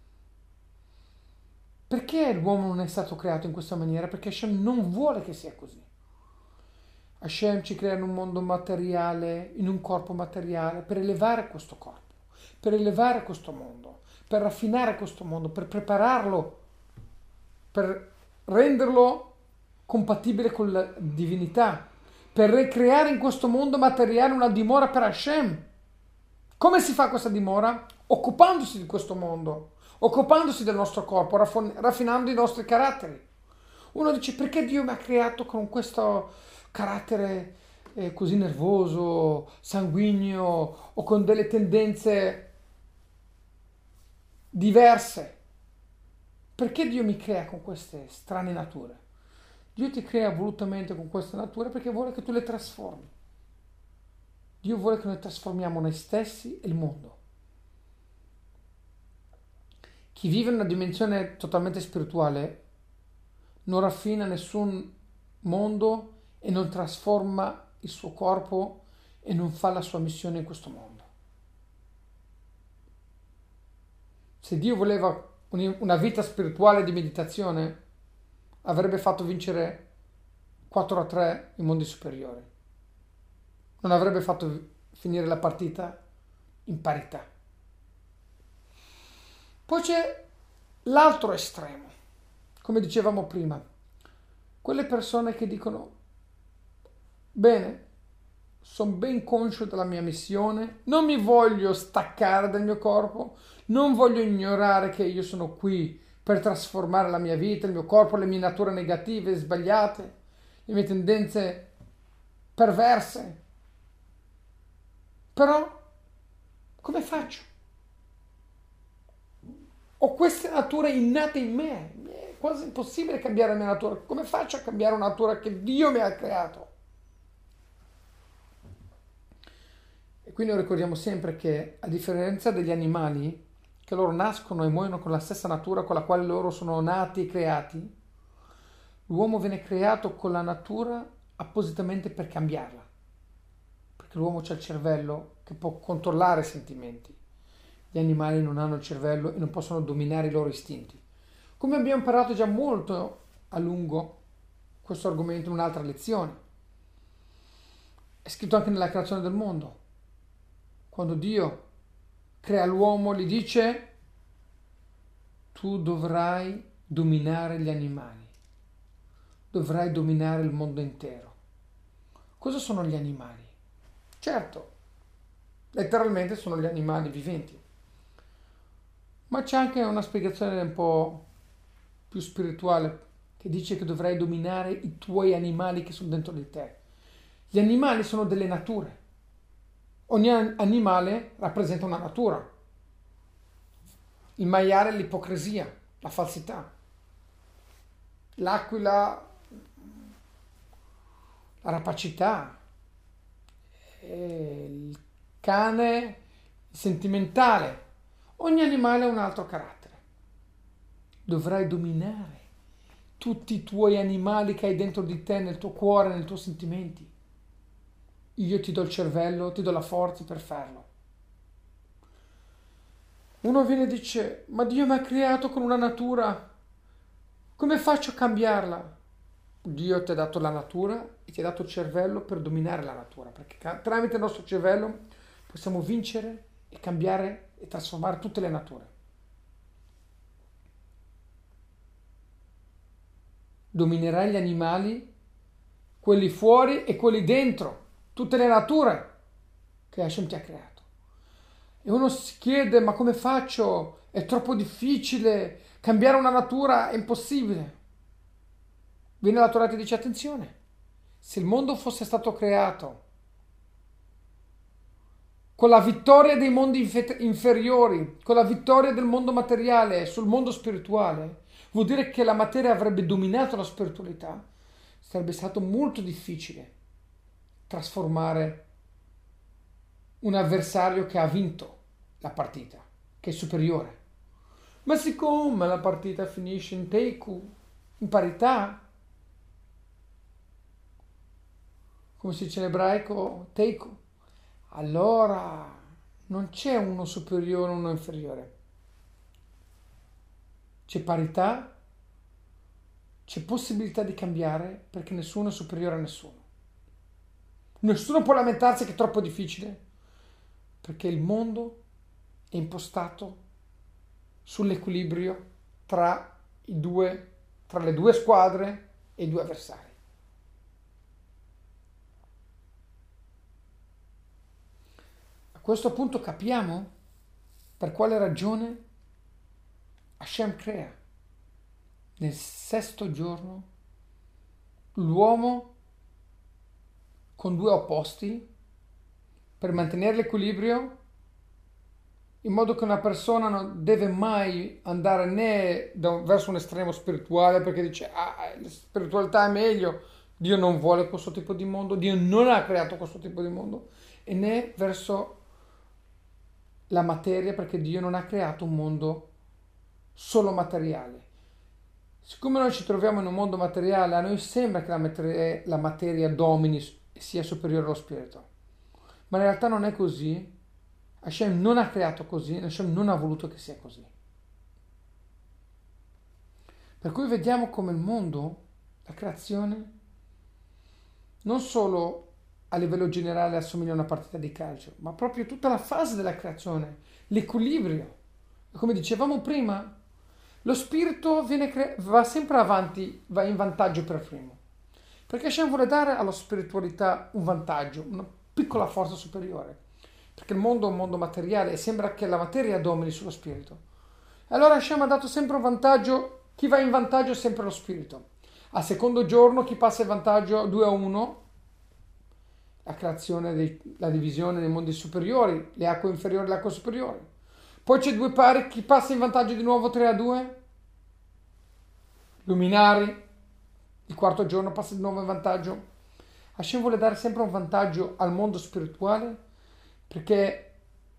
Perché l'uomo non è stato creato in questa maniera? Perché Hashem non vuole che sia così. Hashem ci crea in un mondo materiale, in un corpo materiale, per elevare questo corpo, per elevare questo mondo, per raffinare questo mondo, per prepararlo, per renderlo compatibile con la divinità, per ricreare in questo mondo materiale una dimora per Hashem. Come si fa questa dimora? Occupandosi di questo mondo, occupandosi del nostro corpo, raffinando i nostri caratteri. Uno dice: perché Dio mi ha creato con questo carattere così nervoso, sanguigno, o con delle tendenze diverse? Perché Dio mi crea con queste strane nature? Dio ti crea volutamente con queste nature perché vuole che tu le trasformi. Dio vuole che noi trasformiamo noi stessi e il mondo. Chi vive in una dimensione totalmente spirituale non raffina nessun mondo e non trasforma il suo corpo e non fa la sua missione in questo mondo. Se Dio voleva una vita spirituale di meditazione, avrebbe fatto vincere 4-3 i mondi superiori. Non avrebbe fatto finire la partita in parità. Poi c'è l'altro estremo, come dicevamo prima, quelle persone che dicono: bene, sono ben conscio della mia missione, non mi voglio staccare dal mio corpo, non voglio ignorare che io sono qui per trasformare la mia vita, il mio corpo, le mie nature negative, sbagliate, le mie tendenze perverse. Però, come faccio? Ho queste nature innate in me, è quasi impossibile cambiare la mia natura. Come faccio a cambiare una natura che Dio mi ha creato? E quindi ricordiamo sempre che, a differenza degli animali, che loro nascono e muoiono con la stessa natura con la quale loro sono nati e creati, l'uomo viene creato con la natura appositamente per cambiarla. Perché l'uomo c'ha il cervello che può controllare i sentimenti. Gli animali non hanno il cervello e non possono dominare i loro istinti. Come abbiamo parlato già molto a lungo questo argomento in un'altra lezione. È scritto anche nella creazione del mondo. Quando Dio crea l'uomo, gli dice: tu dovrai dominare gli animali, dovrai dominare il mondo intero. Cosa sono gli animali? Certo, letteralmente sono gli animali viventi, ma c'è anche una spiegazione un po' più spirituale che dice che dovrai dominare i tuoi animali che sono dentro di te. Gli animali sono delle nature. Ogni animale rappresenta una natura. Il maiale è l'ipocrisia, la falsità. L'aquila, la rapacità. Il cane, il sentimentale. Ogni animale ha un altro carattere. Dovrai dominare tutti i tuoi animali che hai dentro di te, nel tuo cuore, nei tuoi sentimenti. Io ti do il cervello, ti do la forza per farlo. Uno viene e dice, ma Dio mi ha creato con una natura, come faccio a cambiarla? Dio ti ha dato la natura e ti ha dato il cervello per dominare la natura, perché tramite il nostro cervello possiamo vincere e cambiare e trasformare tutte le nature. Dominerai gli animali, quelli fuori e quelli dentro, tutte le nature che Hashem ti ha creato. E uno si chiede, ma come faccio? È troppo difficile, cambiare una natura è impossibile. Viene la Torah e ti dice, attenzione, se il mondo fosse stato creato con la vittoria dei mondi inferiori, con la vittoria del mondo materiale sul mondo spirituale, vuol dire che la materia avrebbe dominato la spiritualità, sarebbe stato molto difficile trasformare un avversario che ha vinto la partita, che è superiore. Ma siccome la partita finisce in teiku, in parità, come si dice in ebraico, teiku, allora non c'è uno superiore e uno inferiore. C'è parità, c'è possibilità di cambiare perché nessuno è superiore a nessuno. Nessuno può lamentarsi che è troppo difficile perché il mondo è impostato sull'equilibrio tra le due squadre e i due avversari. A questo punto capiamo per quale ragione Hashem crea nel sesto giorno l'uomo con due opposti per mantenere l'equilibrio, in modo che una persona non deve mai andare né verso un estremo spirituale perché dice la spiritualità è meglio, Dio non vuole questo tipo di mondo, Dio non ha creato questo tipo di mondo, e né verso la materia perché Dio non ha creato un mondo solo materiale. Siccome noi ci troviamo in un mondo materiale, a noi sembra che la materia domini e sia superiore allo spirito, ma in realtà non è così. Hashem non ha creato così, Hashem non ha voluto che sia così. Per cui vediamo come il mondo, la creazione, non solo a livello generale assomiglia a una partita di calcio, ma proprio tutta la fase della creazione, l'equilibrio. Come dicevamo prima, lo spirito va sempre avanti, va in vantaggio per primo. Perché Hashem vuole dare alla spiritualità un vantaggio, una piccola forza superiore. Perché il mondo è un mondo materiale e sembra che la materia domini sullo spirito. Allora Hashem ha dato sempre un vantaggio, chi va in vantaggio è sempre lo spirito. Al secondo giorno chi passa in vantaggio 2-1, la creazione, la divisione dei mondi superiori, le acque inferiori e le acque superiori. Poi c'è due pari, chi passa in vantaggio di nuovo 3-2? Luminari, il quarto giorno passa di nuovo in vantaggio. Hashem vuole dare sempre un vantaggio al mondo spirituale perché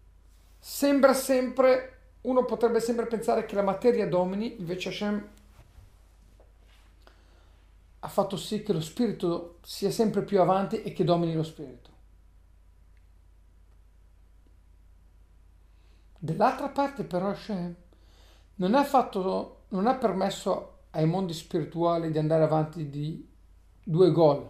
uno potrebbe sempre pensare che la materia domini, invece Hashem ha fatto sì che lo spirito sia sempre più avanti e che domini lo spirito. Dall'altra parte però Hashem non ha permesso ai mondi spirituali di andare avanti di 2 gol.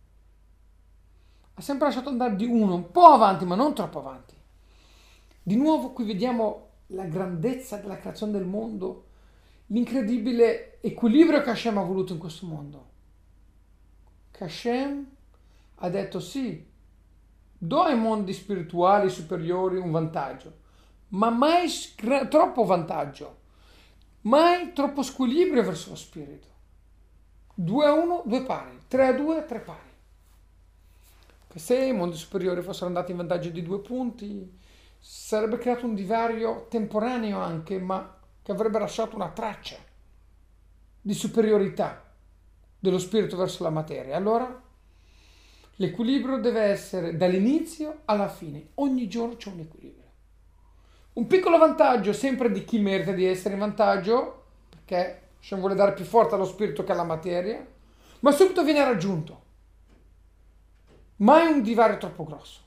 Ha sempre lasciato andare di uno, un po' avanti, ma non troppo avanti. Di nuovo qui vediamo la grandezza della creazione del mondo, l'incredibile equilibrio che Hashem ha voluto in questo mondo. Che Hashem ha detto sì, do ai mondi spirituali superiori un vantaggio, ma mai troppo vantaggio, mai troppo squilibrio verso lo spirito. 2 a 1, 2 pari, 3 a 2, 3 pari. Che se i mondi superiori fossero andati in vantaggio di 2 punti, sarebbe creato un divario temporaneo anche, ma che avrebbe lasciato una traccia di superiorità dello spirito verso la materia. Allora, l'equilibrio deve essere dall'inizio alla fine. Ogni giorno c'è un equilibrio. Un piccolo vantaggio sempre di chi merita di essere in vantaggio, perché Hashem vuole dare più forza allo spirito che alla materia, ma subito viene raggiunto. Mai un divario troppo grosso.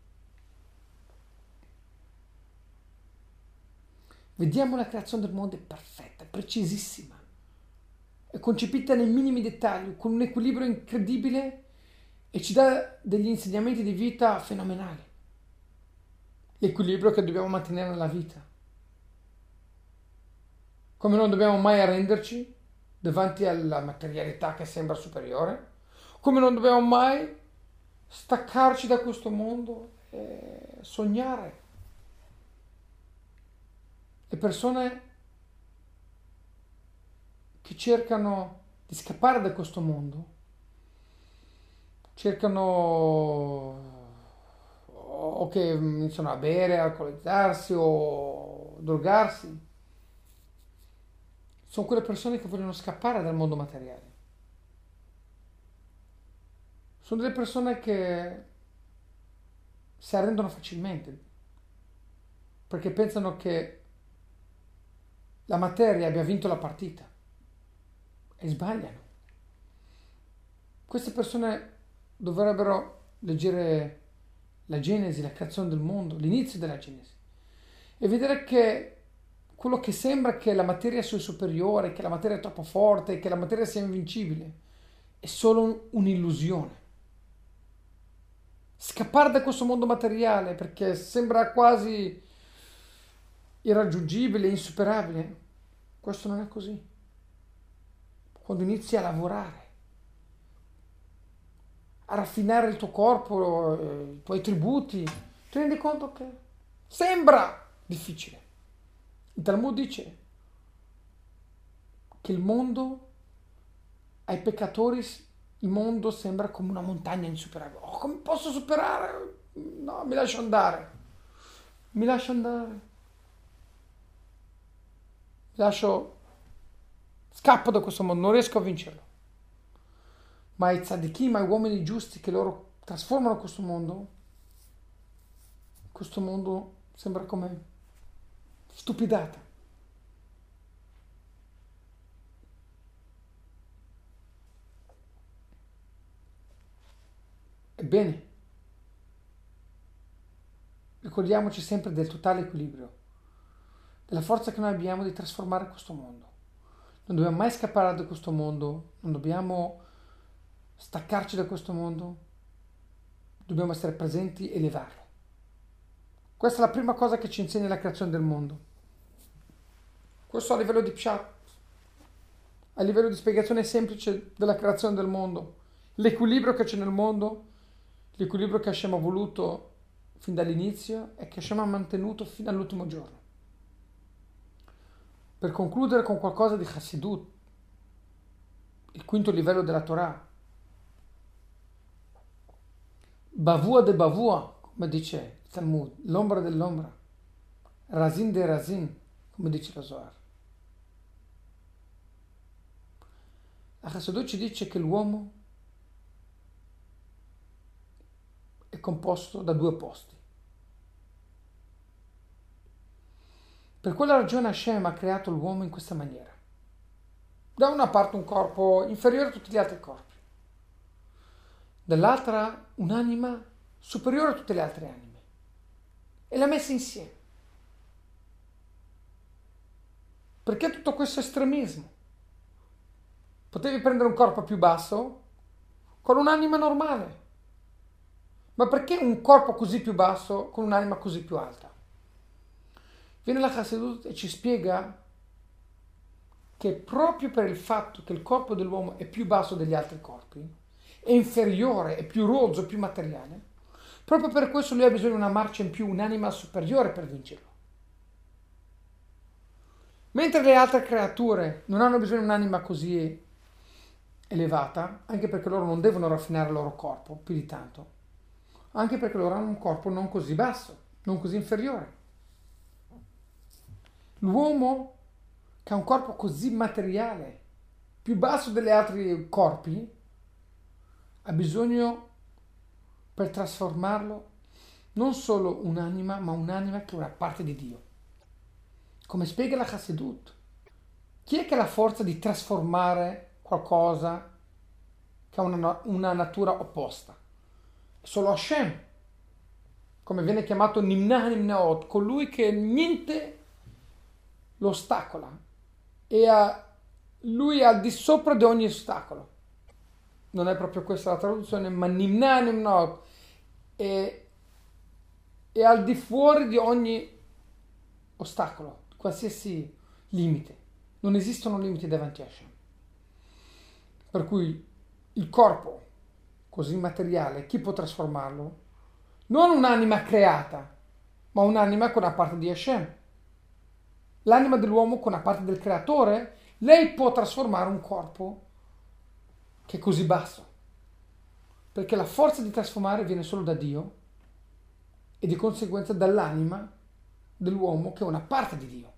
Vediamo la creazione del mondo è perfetta, precisissima, è concepita nei minimi dettagli, con un equilibrio incredibile e ci dà degli insegnamenti di vita fenomenali. L'equilibrio che dobbiamo mantenere nella vita. Come non dobbiamo mai arrenderci davanti alla materialità che sembra superiore, come non dobbiamo mai staccarci da questo mondo e sognare. Le persone che cercano di scappare da questo mondo, cercano o che iniziano a bere, alcolizzarsi o drogarsi, sono quelle persone che vogliono scappare dal mondo materiale. Sono delle persone che si arrendono facilmente perché pensano che la materia abbia vinto la partita e sbagliano. Queste persone dovrebbero leggere la Genesi, la creazione del mondo, l'inizio della Genesi e vedere che quello che sembra che la materia sia superiore, che la materia è troppo forte, che la materia sia invincibile, è solo un'illusione. Scappare da questo mondo materiale perché sembra quasi irraggiungibile, insuperabile, questo non è così. Quando inizi a lavorare, a raffinare il tuo corpo, i tuoi tributi, ti rendi conto che sembra difficile. Il Talmud dice che il mondo, ai peccatori, il mondo sembra come una montagna insuperabile. Oh, come posso superare? No, mi lascio andare. Mi lascio andare. Scappo da questo mondo, non riesco a vincerlo. Ma i tzadikim, ma i uomini giusti che loro trasformano questo mondo sembra come stupidata. Ebbene, ricordiamoci sempre del totale equilibrio, della forza che noi abbiamo di trasformare questo mondo. Non dobbiamo mai scappare da questo mondo, non dobbiamo staccarci da questo mondo, dobbiamo essere presenti e elevarlo. Questa è la prima cosa che ci insegna la creazione del mondo. Questo a livello di pshat, a livello di spiegazione semplice della creazione del mondo, l'equilibrio che c'è nel mondo, l'equilibrio che Hashem ha voluto fin dall'inizio e che Hashem ha mantenuto fino all'ultimo giorno. Per concludere con qualcosa di Chassidut, il quinto livello della Torah, Bavua de Bavua, come dice il Talmud, l'ombra dell'ombra, Razin de Razin, come dice lo Zohar. La Chassidut ci dice che l'uomo è composto da 2 opposti. Per quella ragione Hashem ha creato l'uomo in questa maniera. Da una parte un corpo inferiore a tutti gli altri corpi, dall'altra un'anima superiore a tutte le altre anime. E l'ha messa insieme. Perché tutto questo estremismo? Potevi prendere un corpo più basso con un'anima normale. Ma perché un corpo così più basso con un'anima così più alta? Viene la Chassidut e ci spiega che proprio per il fatto che il corpo dell'uomo è più basso degli altri corpi, è inferiore, è più rozzo, è più materiale, proprio per questo lui ha bisogno di una marcia in più, un'anima superiore per vincerlo. Mentre le altre creature non hanno bisogno di un'anima così elevata, anche perché loro non devono raffinare il loro corpo più di tanto, anche perché loro hanno un corpo non così basso, non così inferiore. L'uomo che ha un corpo così materiale, più basso degli altri corpi, ha bisogno, per trasformarlo, non solo un'anima, ma un'anima che è una parte di Dio. Come spiega la Chassidut, chi è che ha la forza di trasformare qualcosa che ha una natura opposta? Solo Hashem, come viene chiamato Nimna Nimnaot, colui che niente lo ostacola e lui è al di sopra di ogni ostacolo. Non è proprio questa la traduzione, ma Nimna Nimnaot è al di fuori di ogni ostacolo, qualsiasi limite. Non esistono limiti davanti a Hashem. Per cui il corpo così materiale, chi può trasformarlo? Non un'anima creata, ma un'anima con una parte di Hashem. L'anima dell'uomo con una parte del creatore, lei può trasformare un corpo che è così basso. Perché la forza di trasformare viene solo da Dio e di conseguenza dall'anima dell'uomo che è una parte di Dio.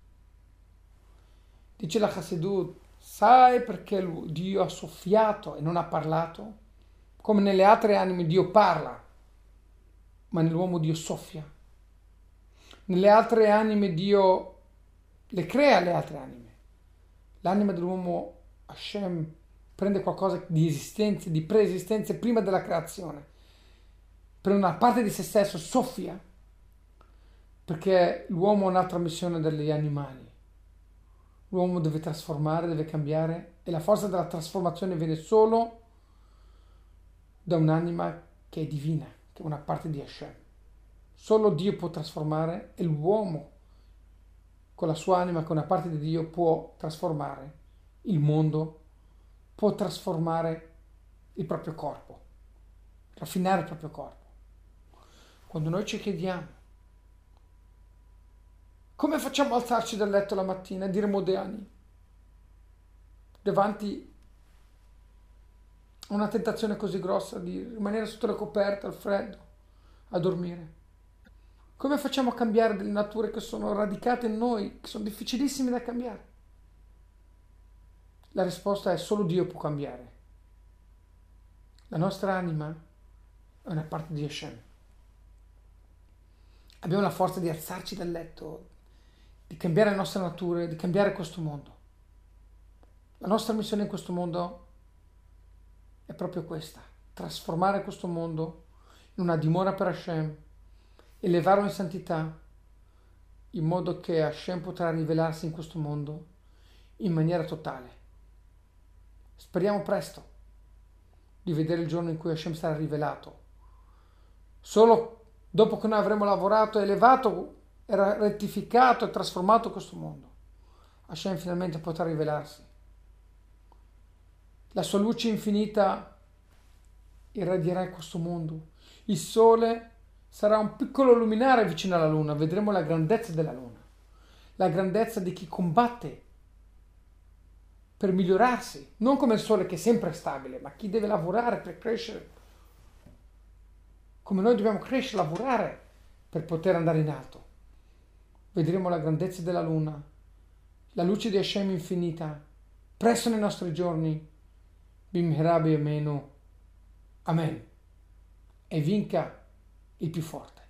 Dice la Chassidut, sai perché Dio ha soffiato e non ha parlato? Come nelle altre anime Dio parla, ma nell'uomo Dio soffia. Nelle altre anime Dio le crea le altre anime. L'anima dell'uomo, Hashem, prende qualcosa di esistenza, di preesistenza prima della creazione. Prende una parte di se stesso, soffia, perché l'uomo ha un'altra missione degli animali. L'uomo deve trasformare, deve cambiare e la forza della trasformazione viene solo da un'anima che è divina, che è una parte di Hashem. Solo Dio può trasformare e l'uomo con la sua anima, con una parte di Dio, può trasformare il mondo, può trasformare il proprio corpo, raffinare il proprio corpo. Quando noi ci chiediamo come facciamo a alzarci dal letto la mattina e dire Modéani davanti a una tentazione così grossa di rimanere sotto le coperte al freddo a dormire, come facciamo a cambiare delle nature che sono radicate in noi, che sono difficilissime da cambiare? La risposta è solo Dio può cambiare. La nostra anima è una parte di Hashem. Abbiamo la forza di alzarci dal letto, di cambiare le nostre nature, di cambiare questo mondo. La nostra missione in questo mondo è proprio questa: trasformare questo mondo in una dimora per Hashem, elevarlo in santità, in modo che Hashem potrà rivelarsi in questo mondo in maniera totale. Speriamo presto di vedere il giorno in cui Hashem sarà rivelato. Solo dopo che noi avremo lavorato, elevato, rettificato e trasformato questo mondo, Hashem finalmente potrà rivelarsi. La sua luce infinita irradierà in questo mondo. Il sole sarà un piccolo luminare vicino alla luna. Vedremo la grandezza della luna, la grandezza di chi combatte per migliorarsi, non come il sole che è sempre stabile, ma chi deve lavorare per crescere, come noi dobbiamo crescere, lavorare per poter andare in alto. Vedremo la grandezza della luna, la luce di Hashem infinita, presto nei nostri giorni. Bimhera b'yameinu. Amen. E vinca il più forte.